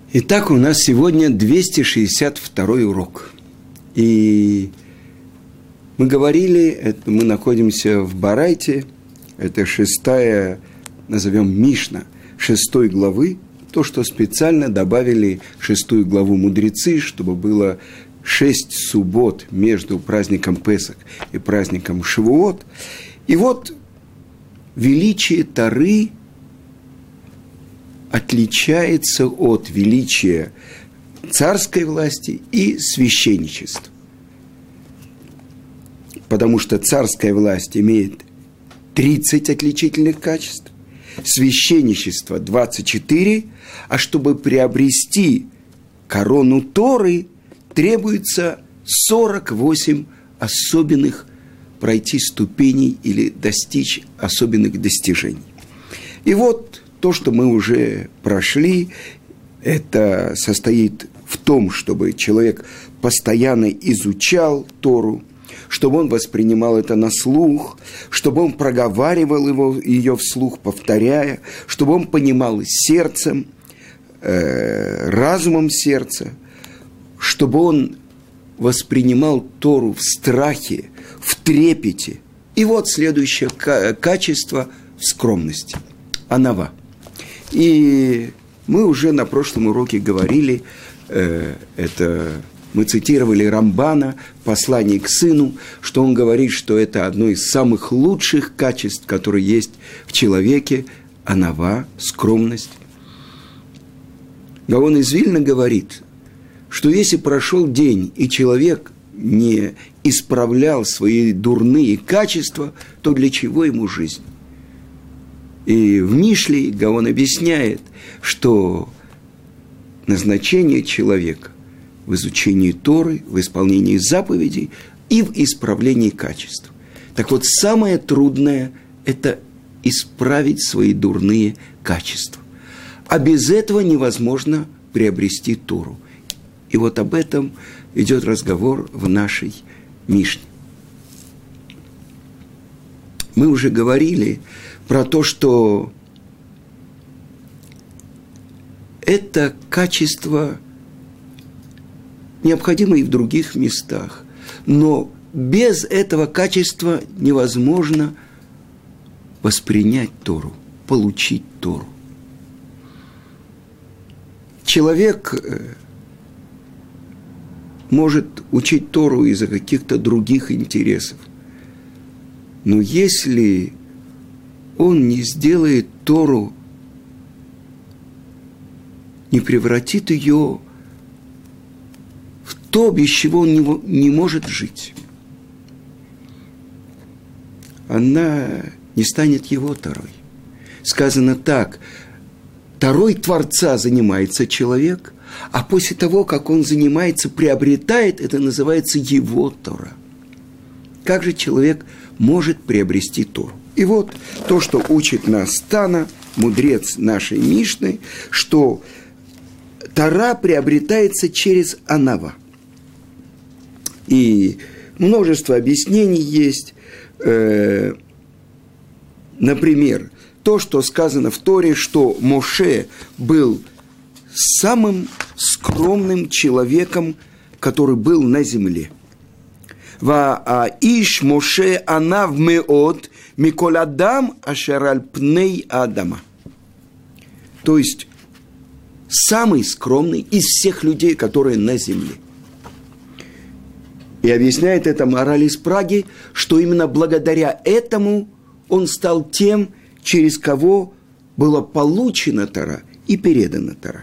Итак, у нас сегодня 262 урок. И мы говорили, мы находимся в Барайте, это 6-я, назовем Мишна, 6 главы, то, что специально добавили 6 главу мудрецы, чтобы было 6 суббот между праздником Песах и праздником Шавуот. И вот величие Торы отличается от величия царской власти и священничества. Потому что царская власть имеет 30 отличительных качеств, священничество 24, а чтобы приобрести корону Торы, требуется 48 особенных пройти ступеней или достичь особенных достижений. И вот то, что мы уже прошли, это состоит в том, чтобы человек постоянно изучал Тору, чтобы он воспринимал это на слух, чтобы он проговаривал ее вслух, повторяя, чтобы он понимал сердцем, разумом сердца, чтобы он воспринимал Тору в страхе, в трепете. И вот следующее качество в скромности – анава. И мы уже на прошлом уроке говорили, мы цитировали Рамбана, послание к сыну, что он говорит, что это одно из самых лучших качеств, которые есть в человеке – анава, скромность. Гаон из Вильна говорит, что если прошел день, и человек не исправлял свои дурные качества, то для чего ему жизнь? И в Мишле Гаон объясняет, что назначение человека в изучении Торы, в исполнении заповедей и в исправлении качеств. Так вот, самое трудное – это исправить свои дурные качества. А без этого невозможно приобрести Тору. И вот об этом идет разговор в нашей Мишне. Мы уже говорили про то, что это качество необходимо и в других местах. Но без этого качества невозможно воспринять Тору, получить Тору. Человек может учить Тору из-за каких-то других интересов. Но если он не сделает Тору, не превратит ее в то, без чего он не может жить, она не станет его Торой. Сказано так: Торой Творца занимается человек, а после того, как он занимается, приобретает, это называется его Тора. Как же человек может приобрести Тору? И вот то, что учит нас Тана, мудрец нашей Мишны, что Тора приобретается через анава. И множество объяснений есть. Например, то, что сказано в Торе, что Моше был самым скромным человеком, который был на земле. «Ваиш Моше анав меот микол адам ашер аль пней адама». То есть, самый скромный из всех людей, которые на земле. И объясняет это Мораль из Праги, что именно благодаря этому он стал тем, через кого была получена Тора и передана Тора.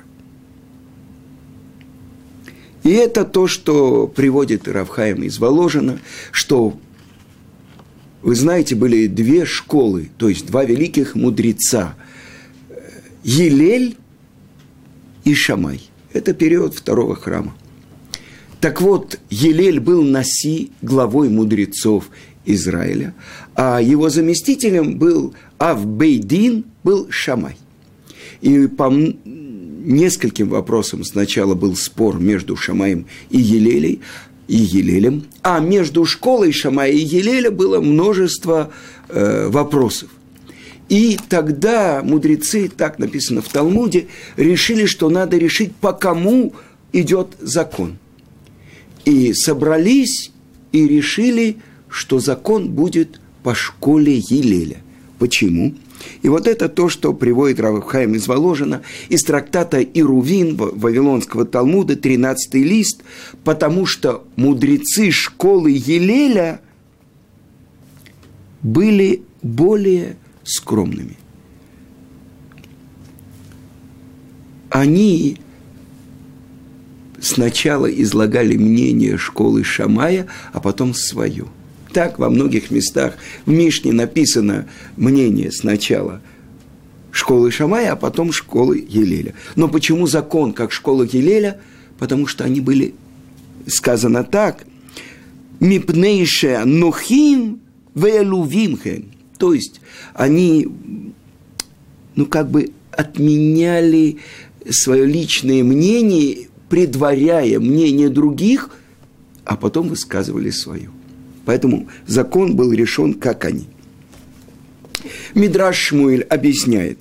И это то, что приводит Рав Хаим из Воложина, что, вы знаете, были две школы, то есть два великих мудреца, Елель и Шамай. Это период второго храма. Так вот, Елель был наси, главой мудрецов Израиля, а его заместителем был Ав-Бейдин, был Шамай. И по нескольким вопросам сначала был спор между Шамаем и Елелем, а между школой Шамая и Елеля было множество вопросов. И тогда мудрецы, так написано в Талмуде, решили, что надо решить, по кому идет закон. И собрались и решили, что закон будет по школе Гилеля. Почему? И вот это то, что приводит Рав Хаим из Воложина из трактата Ирувин Вавилонского Талмуда, 13-й лист, потому что мудрецы школы Гилеля были более скромными. Они сначала излагали мнение школы Шамая, а потом свое. Так во многих местах в Мишне написано мнение сначала школы Шамая, а потом школы Гилеля. Но почему закон как школа Гилеля? Потому что они были, сказано так, «Мипнейше нохим веэлувимхен». То есть они, отменяли свое личное мнение, предваряя мнение других, а потом высказывали свое. Поэтому закон был решен, как они. Мидраш Шмуэль объясняет,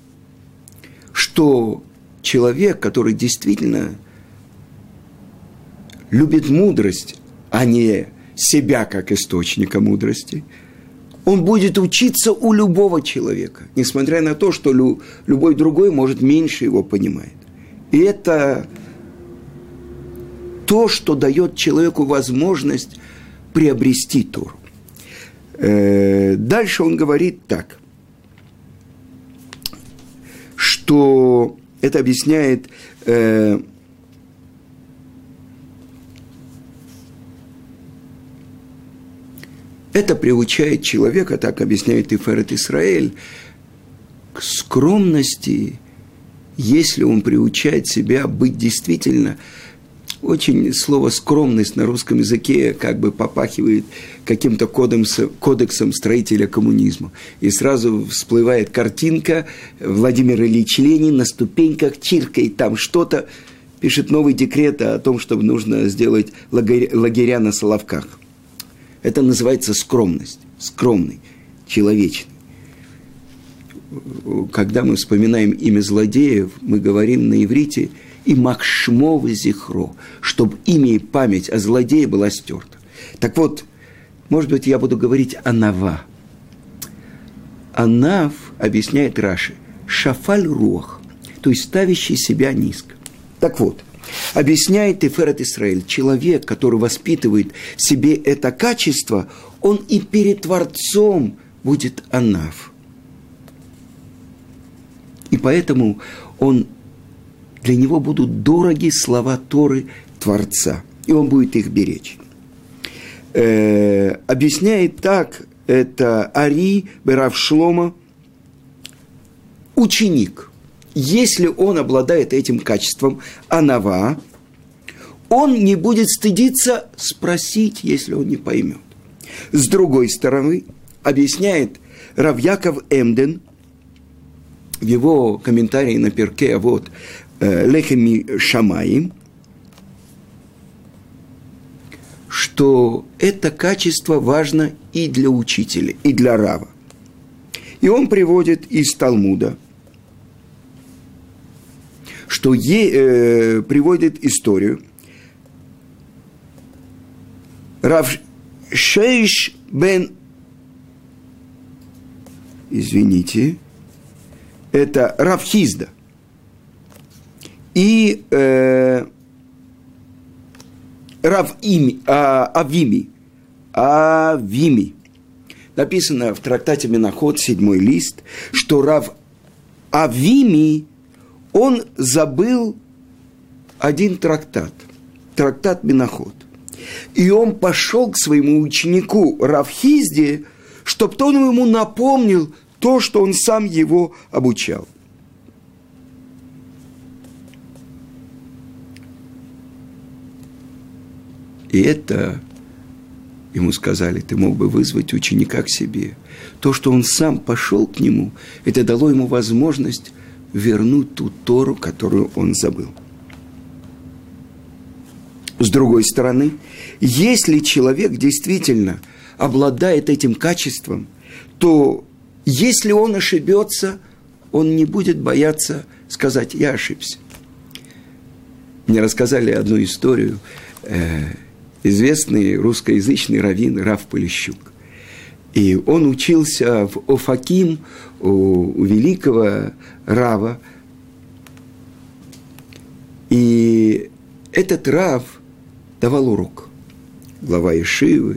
что человек, который действительно любит мудрость, а не себя как источника мудрости, он будет учиться у любого человека, несмотря на то, что любой другой, может, меньше его понимает. И это то, что дает человеку возможность приобрести Тору. Дальше он говорит так, что это объясняет это приучает человека, так объясняет Тиферет Исраэль, к скромности, если он приучает себя быть действительно. Очень слово «скромность» на русском языке как бы попахивает каким-то кодексом строителя коммунизма. И сразу всплывает картинка Владимир Ильич Ленин на ступеньках чиркает там что-то, пишет новый декрет о том, что нужно сделать лагеря на Соловках. Это называется скромность, скромный, человечный. Когда мы вспоминаем имя злодеев, мы говорим на иврите «имах шмо везихро», чтобы имя и память о злодее была стерта. Так вот, может быть, я буду говорить «анава». «Анав», объясняет Раши, «шафаль руах», то есть ставящий себя низко. Так вот, объясняет Тиферет Исраэль, человек, который воспитывает в себе это качество, он и перед Творцом будет анав. И поэтому для него будут дороги слова Торы Творца, и он будет их беречь. Объясняет так, это Ари Берав Шломо, ученик. Если он обладает этим качеством анава, он не будет стыдиться спросить, если он не поймет. С другой стороны, объясняет Рав Яков Эмден в его комментарии на Перке Авот Лехем Шамаим, что это качество важно и для учителя, и для рава. И он приводит из Талмуда, что приводит историю. Рав Шейш бен, это Рав Хизда и Рав Авими. Написано в трактате Менахот, 7 лист, что Рав Авими, он забыл один трактат Менахот. И он пошел к своему ученику Рав Хизде, чтобы тот ему напомнил то, что он сам его обучал. И это, ему сказали, ты мог бы вызвать ученика к себе. То, что он сам пошел к нему, это дало ему возможность вернуть ту Тору, которую он забыл. С другой стороны, если человек действительно обладает этим качеством, то если он ошибется, он не будет бояться сказать: я ошибся. Мне рассказали одну историю. Известный русскоязычный раввин Рав Полищук. И он учился в Офаким у великого Рава. И этот Рав давал урок, глава Ешивы.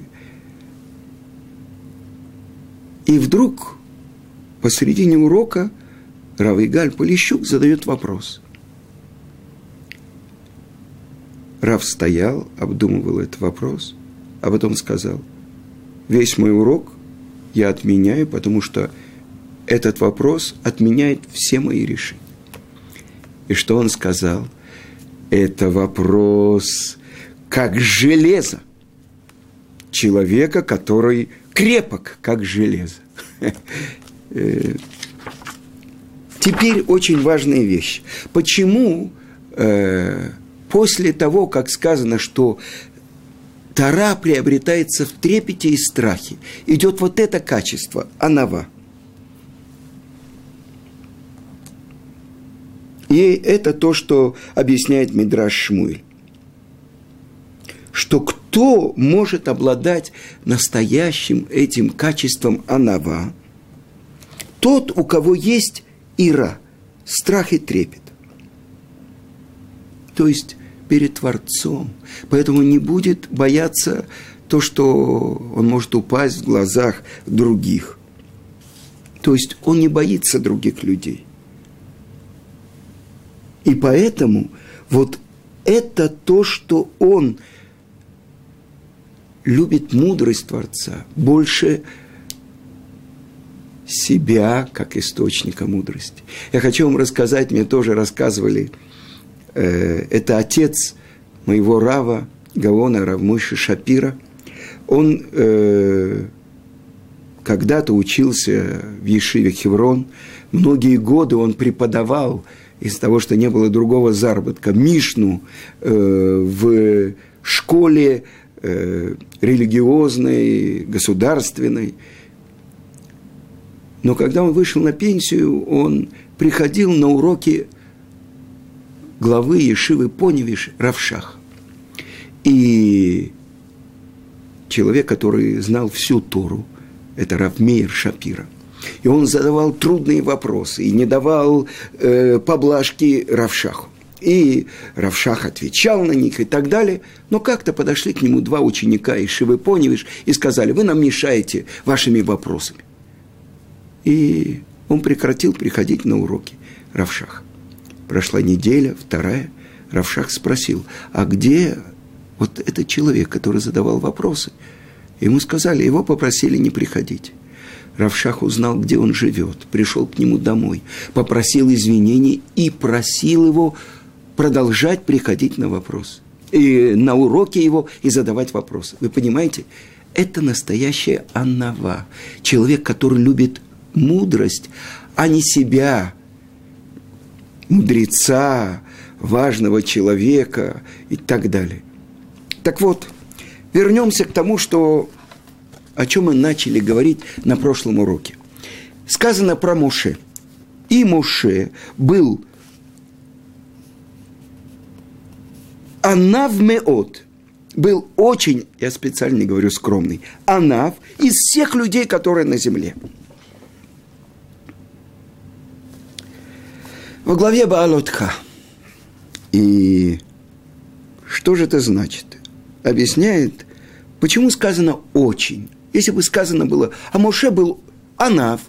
И вдруг посредине урока Рав Игаль Полищук задает вопрос. Рав стоял, обдумывал этот вопрос, а потом сказал: весь мой урок я отменяю, потому что этот вопрос отменяет все мои решения. И что он сказал? Это вопрос как железо. Человека, который крепок, как железо. Теперь очень важная вещь. Почему после того, как сказано, что Тора приобретается в трепете и страхе, идет вот это качество, анава. И это то, что объясняет Мидраш Шмуэль. Что кто может обладать настоящим этим качеством анава? Тот, у кого есть ира, страх и трепет. То есть перед Творцом. Поэтому не будет бояться то, что он может упасть в глазах других. То есть он не боится других людей. И поэтому вот это то, что он любит мудрость Творца больше себя, как источника мудрости. Я хочу вам рассказать, мне тоже рассказывали, это отец моего Рава Гаона, Рав Мойше Шапира. Он когда-то учился в Ешиве Хеврон. Многие годы он преподавал, из-за того, что не было другого заработка, Мишну в школе религиозной, государственной. Но когда он вышел на пенсию, он приходил на уроки главы Ешивы Поневиш Рав Шах. И человек, который знал всю Тору, это Рав Меир Шапира. И он задавал трудные вопросы и не давал поблажки Рав Шаху. И Рав Шах отвечал на них и так далее. Но как-то подошли к нему два ученика Ешивы Поневиш и сказали: вы нам мешаете вашими вопросами. И он прекратил приходить на уроки Рав Шаха. Прошла неделя, вторая. Рав Шах спросил: а где вот этот человек, который задавал вопросы? Ему сказали, его попросили не приходить. Рав Шах узнал, где он живет, пришел к нему домой, попросил извинений и просил его продолжать приходить на вопрос, и на уроки его и задавать вопросы. Вы понимаете, это настоящая анава. Человек, который любит мудрость, а не себя, мудреца, важного человека и так далее. Так вот, вернемся к тому, о чем мы начали говорить на прошлом уроке. Сказано про Моше. И Моше был анав меот, был очень, я специально не говорю скромный, анав из всех людей, которые на земле. Во главе Баалотха. И что же это значит? Объясняет, почему сказано «очень». Если бы сказано было, а Моше был анав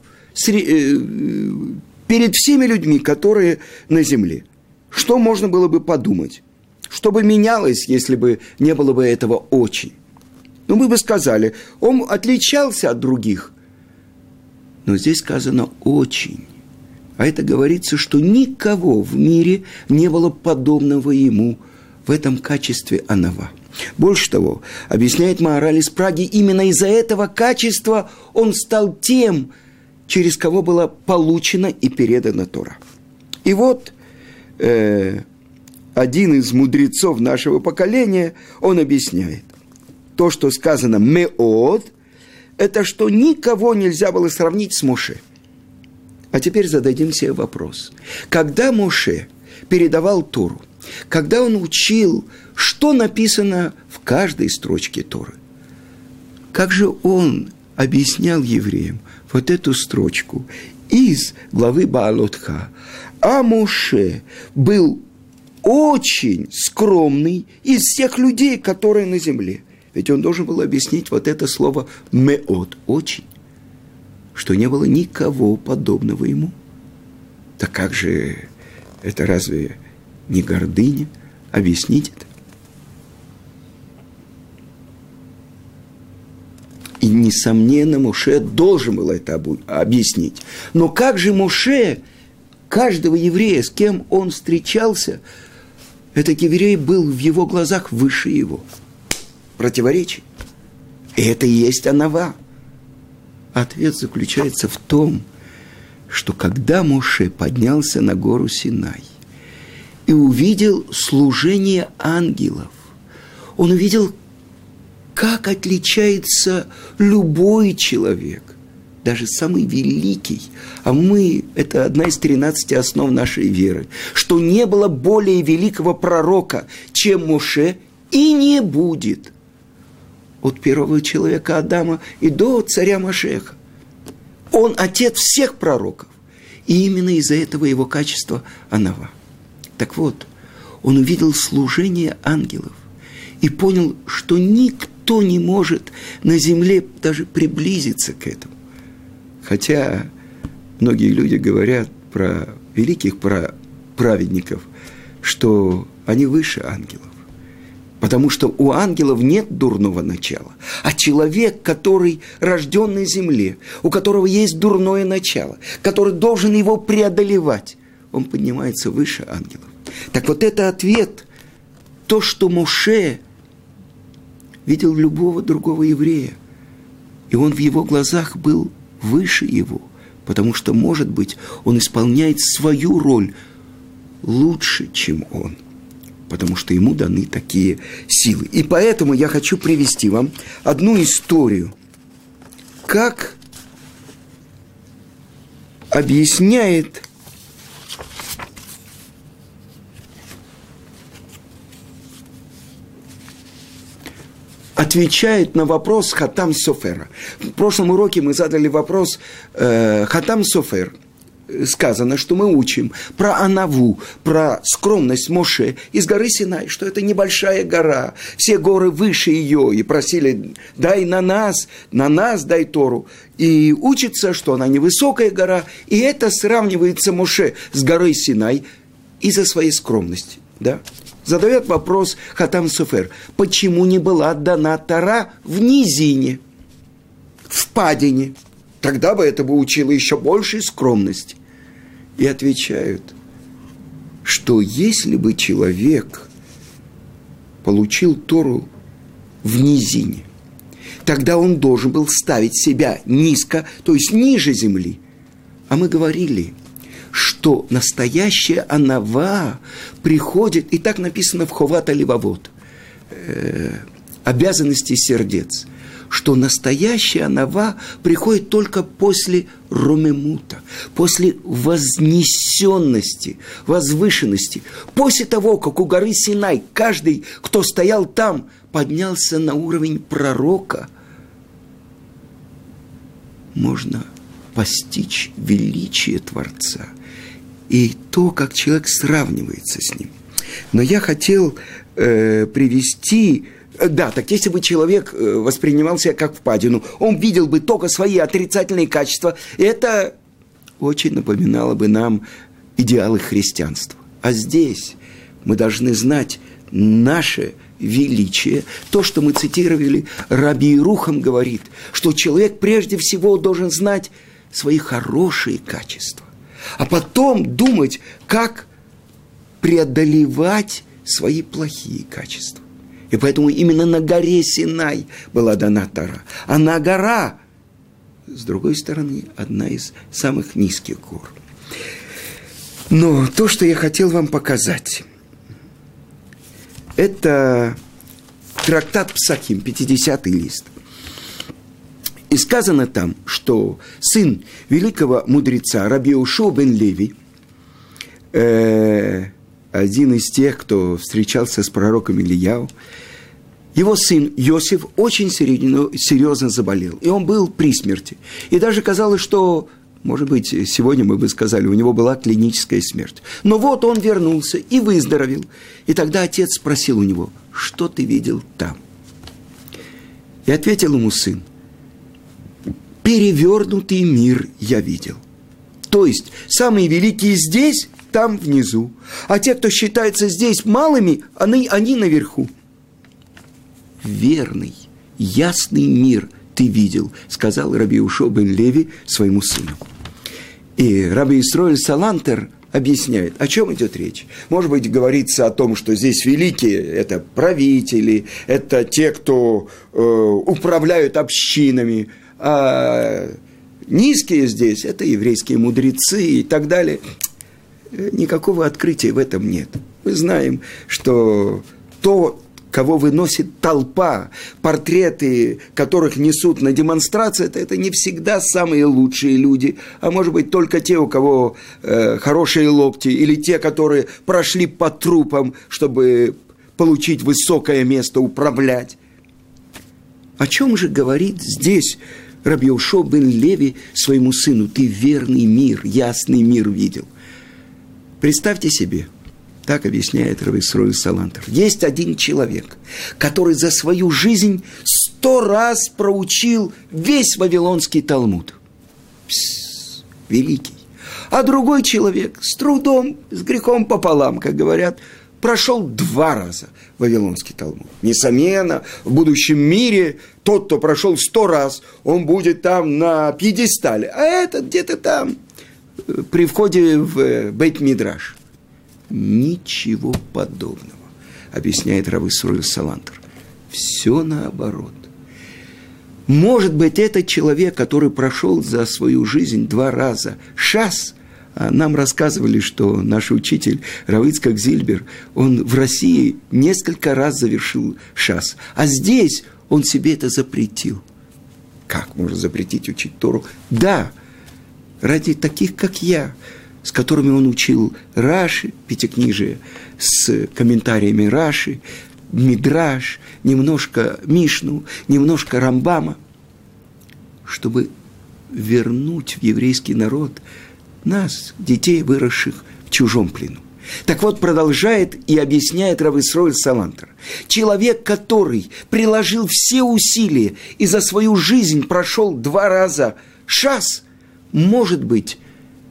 перед всеми людьми, которые на земле. Что можно было бы подумать? Что бы менялось, если бы не было бы этого «очень»? Ну, мы бы сказали, он отличался от других. Но здесь сказано «очень». А это говорится, что никого в мире не было подобного ему в этом качестве анава. Больше того, объясняет Маораль из Праги, именно из-за этого качества он стал тем, через кого была получена и передана Тора. И вот один из мудрецов нашего поколения, он объясняет, то, что сказано «меот», это что никого нельзя было сравнить с Моше. А теперь зададим себе вопрос. Когда Моше передавал Тору, когда он учил, что написано в каждой строчке Торы, как же он объяснял евреям вот эту строчку из главы Баалот-ха? А Моше был очень скромный из всех людей, которые на земле. Ведь он должен был объяснить вот это слово «меот» – «очень», что не было никого подобного ему. Так как же это разве не гордыня объяснить это? И, несомненно, Моше должен был это объяснить. Но как же Моше, каждого еврея, с кем он встречался, этот еврей был в его глазах выше его. Противоречие. И это и есть анава. Ответ заключается в том, что когда Моше поднялся на гору Синай и увидел служение ангелов, он увидел, как отличается любой человек, даже самый великий. А мы, это одна из 13 основ нашей веры, что не было более великого пророка, чем Моше, и не будет. От первого человека Адама и до царя Машеха. Он отец всех пророков. И именно из-за этого его качество анава. Так вот, он увидел служение ангелов и понял, что никто не может на земле даже приблизиться к этому. Хотя многие люди говорят про великих праведников, что они выше ангелов. Потому что у ангелов нет дурного начала. А человек, который рожден на земле, у которого есть дурное начало, который должен его преодолевать, он поднимается выше ангелов. Так вот это ответ, то, что Моше видел любого другого еврея, и он в его глазах был выше его, потому что, может быть, он исполняет свою роль лучше, чем он. Потому что ему даны такие силы. И поэтому я хочу привести вам одну историю, как объясняет отвечает на вопрос Хатам Софера. В прошлом уроке мы задали вопрос Хатам Софер. Сказано, что мы учим про анаву, про скромность Моше из горы Синай, что это небольшая гора, все горы выше ее, и просили, дай на нас дай Тору. И учится, что она невысокая гора, и это сравнивается Моше с горой Синай из-за своей скромности. Да? Задает вопрос Хатам Софер, почему не была дана Тора в низине, в падине? Тогда бы это бы учило еще большей скромности. И отвечают, что если бы человек получил Тору в низине, тогда он должен был ставить себя низко, то есть ниже земли. А мы говорили, что настоящая анава приходит, и так написано в Ховат Алевавот, обязанности сердец, что настоящая анава приходит только после ромемута, после вознесенности, возвышенности, после того, как у горы Синай каждый, кто стоял там, поднялся на уровень пророка, можно постичь величие Творца и то, как человек сравнивается с ним. Но я хотел привести... Да, так если бы человек воспринимал себя как впадину, он видел бы только свои отрицательные качества, это очень напоминало бы нам идеалы христианства. А здесь мы должны знать наше величие. То, что мы цитировали, Раби Ирухам говорит, что человек прежде всего должен знать свои хорошие качества, а потом думать, как преодолевать свои плохие качества. И поэтому именно на горе Синай была дана Тора. А на гора, с другой стороны, одна из самых низких гор. Но то, что я хотел вам показать, это трактат Псахим, 50-й лист. И сказано там, что сын великого мудреца Раби Йеошуа бен Леви, один из тех, кто встречался с пророком Илияу, его сын Йосиф очень серьезно заболел, и он был при смерти. И даже казалось, что, может быть, сегодня мы бы сказали, у него была клиническая смерть. Но вот он вернулся и выздоровел. И тогда отец спросил у него: что ты видел там? И ответил ему сын: перевернутый мир я видел. То есть, самые великие здесь, там внизу. А те, кто считается здесь малыми, они наверху. Верный, ясный мир ты видел, сказал Раби Йеошуа бен Леви своему сыну. И Раби Исроэль Салантер объясняет, о чем идет речь. Может быть, говорится о том, что здесь великие – это правители, это те, кто управляют общинами, а низкие здесь – это еврейские мудрецы и так далее. Никакого открытия в этом нет. Мы знаем, что то, кого выносит толпа, портреты которых несут на демонстрации, это не всегда самые лучшие люди, а может быть только те, у кого хорошие локти, или те, которые прошли по трупам, чтобы получить высокое место, управлять. О чем же говорит здесь Раби Йеошуа бен Леви своему сыну? Ты верный мир, ясный мир видел. Представьте себе, так объясняет Раби Исроэль Салантер, есть один человек, который за свою жизнь 100 раз проучил весь Вавилонский Талмуд. Великий. А другой человек с трудом, с грехом пополам, как говорят, прошел 2 раза Вавилонский Талмуд. Несомненно, в будущем мире тот, кто прошел 100 раз, он будет там на пьедестале, а этот где-то там, при входе в Бейт-Мидраш. Ничего подобного, объясняет Раби Исроэль Салантер. Все наоборот. Может быть, этот человек, который прошел за свою жизнь 2 раза шас, а нам рассказывали, что наш учитель Рав Ицхак Зильбер, он в России несколько раз завершил шас, а здесь он себе это запретил. Как можно запретить учить Тору? Да, ради таких, как я, с которыми он учил Раши, пятикнижие, с комментариями Раши, Мидраш, немножко Мишну, немножко Рамбама, чтобы вернуть в еврейский народ нас, детей, выросших в чужом плену. Так вот, продолжает и объясняет Рав Исроэль Салантер. Человек, который приложил все усилия и за свою жизнь прошел 2 раза шас, может быть,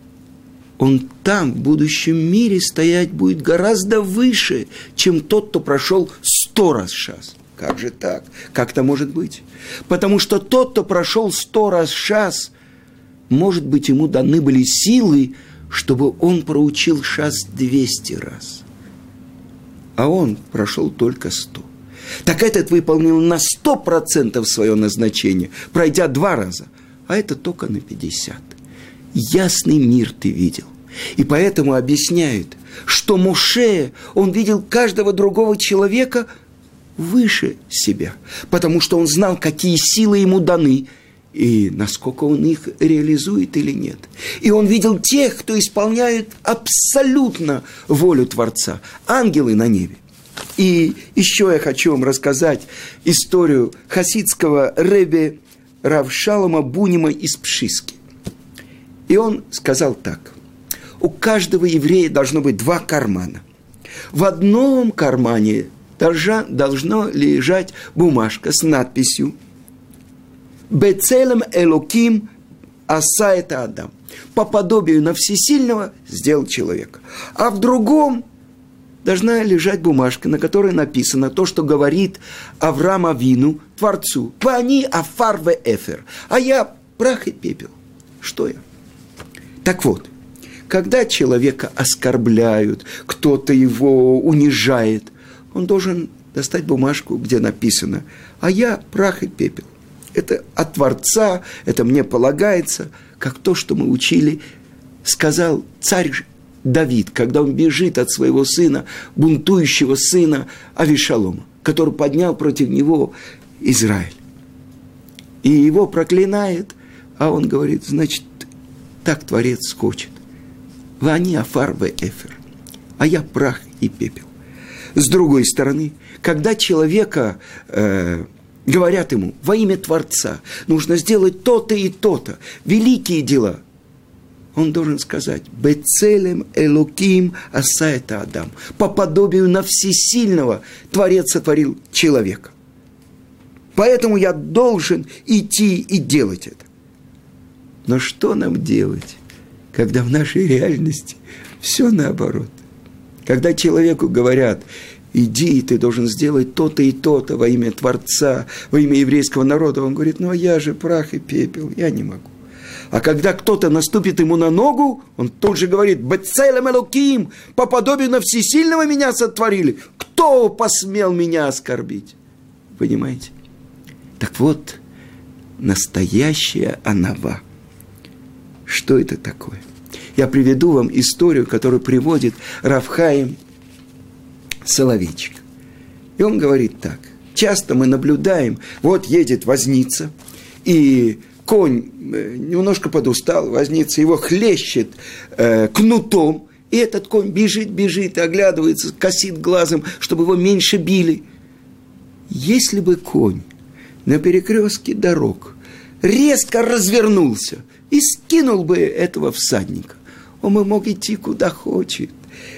он там, в будущем мире, стоять будет гораздо выше, чем тот, кто прошел 100 раз шас. Как же так? Как это может быть? Потому что тот, кто прошел 100 раз шас, может быть, ему даны были силы, чтобы он проучил шас 200 раз. А он прошел только 100. Так этот выполнил на 100% свое назначение, пройдя 2 раза, а это только на 50. Ясный мир ты видел. И поэтому объясняют, что Моше, он видел каждого другого человека выше себя, потому что он знал, какие силы ему даны, и насколько он их реализует или нет. И он видел тех, кто исполняет абсолютно волю Творца, ангелы на небе. И еще я хочу вам рассказать историю хасидского ребе Рав Шалома Бунима из Пшиски. И он сказал так: у каждого еврея должно быть 2 кармана. В одном кармане должна лежать бумажка с надписью «Бецелем Элоким аса это Адам». По подобию на Всесильного сделал человека. А в другом должна лежать бумажка, на которой написано то, что говорит Авраам Авину, Творцу: «Вани афар ве эфер», а я прах и пепел. Что я? Так вот, когда человека оскорбляют, кто-то его унижает, он должен достать бумажку, где написано: «А я прах и пепел». Это от Творца, это мне полагается, как то, что мы учили, сказал царь Давид, когда он бежит от своего сына, бунтующего сына Авишалома, который поднял против него Израиль. и его проклинает, а он говорит, значит, так Творец хочет. Вани афар ве эфер, а я прах и пепел. С другой стороны, когда человека говорят ему, во имя Творца нужно сделать то-то и то-то, великие дела, он должен сказать, «Бецелем элоким асаэта адам». По подобию на всесильного Творец сотворил человека. Поэтому я должен идти и делать это. Но что нам делать, когда в нашей реальности все наоборот? Когда человеку говорят, иди, ты должен сделать то-то и то-то во имя Творца, во имя еврейского народа, он говорит, ну я же прах и пепел, я не могу. А когда кто-то наступит ему на ногу, он тут же говорит, «Бецелем элоким, по подобию на всесильного меня сотворили. Кто посмел меня оскорбить?» Понимаете? Так вот, настоящая анава. Что это такое? Я приведу вам историю, которую приводит Рав Хаим Соловейчик. И он говорит так. Часто мы наблюдаем, вот едет возница, и конь немножко подустал, возница его хлещет кнутом, и этот конь бежит, оглядывается, косит глазом, чтобы его меньше били. Если бы конь на перекрестке дорог резко развернулся и скинул бы этого всадника, он бы мог идти куда хочет,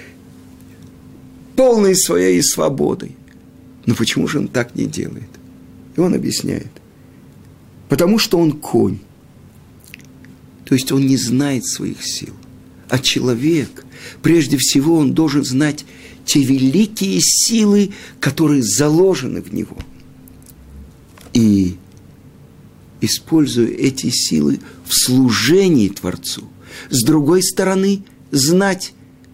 полной своей свободой. Но почему же он так не делает? И он объясняет. Потому что он конь. То есть он не знает своих сил. А человек, прежде всего, он должен знать те великие силы, которые заложены в него. И используя эти силы в служении Творцу. С другой стороны, знать,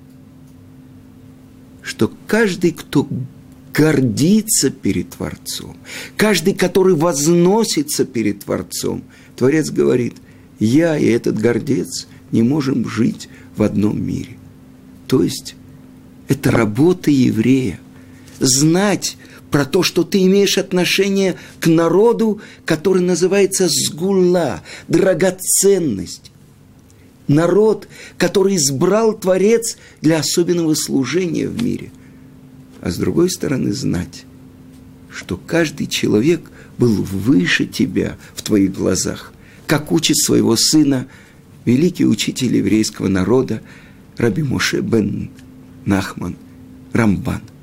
что каждый, кто гордится перед Творцом, каждый, который возносится перед Творцом, Творец говорит, я и этот гордец не можем жить в одном мире. То есть, это работа еврея. Знать про то, что ты имеешь отношение к народу, который называется сгула, драгоценность. Народ, который избрал Творец для особенного служения в мире. А с другой стороны, знать, что каждый человек был выше тебя в твоих глазах, как учит своего сына великий учитель еврейского народа Раби Моше бен Нахман Рамбан.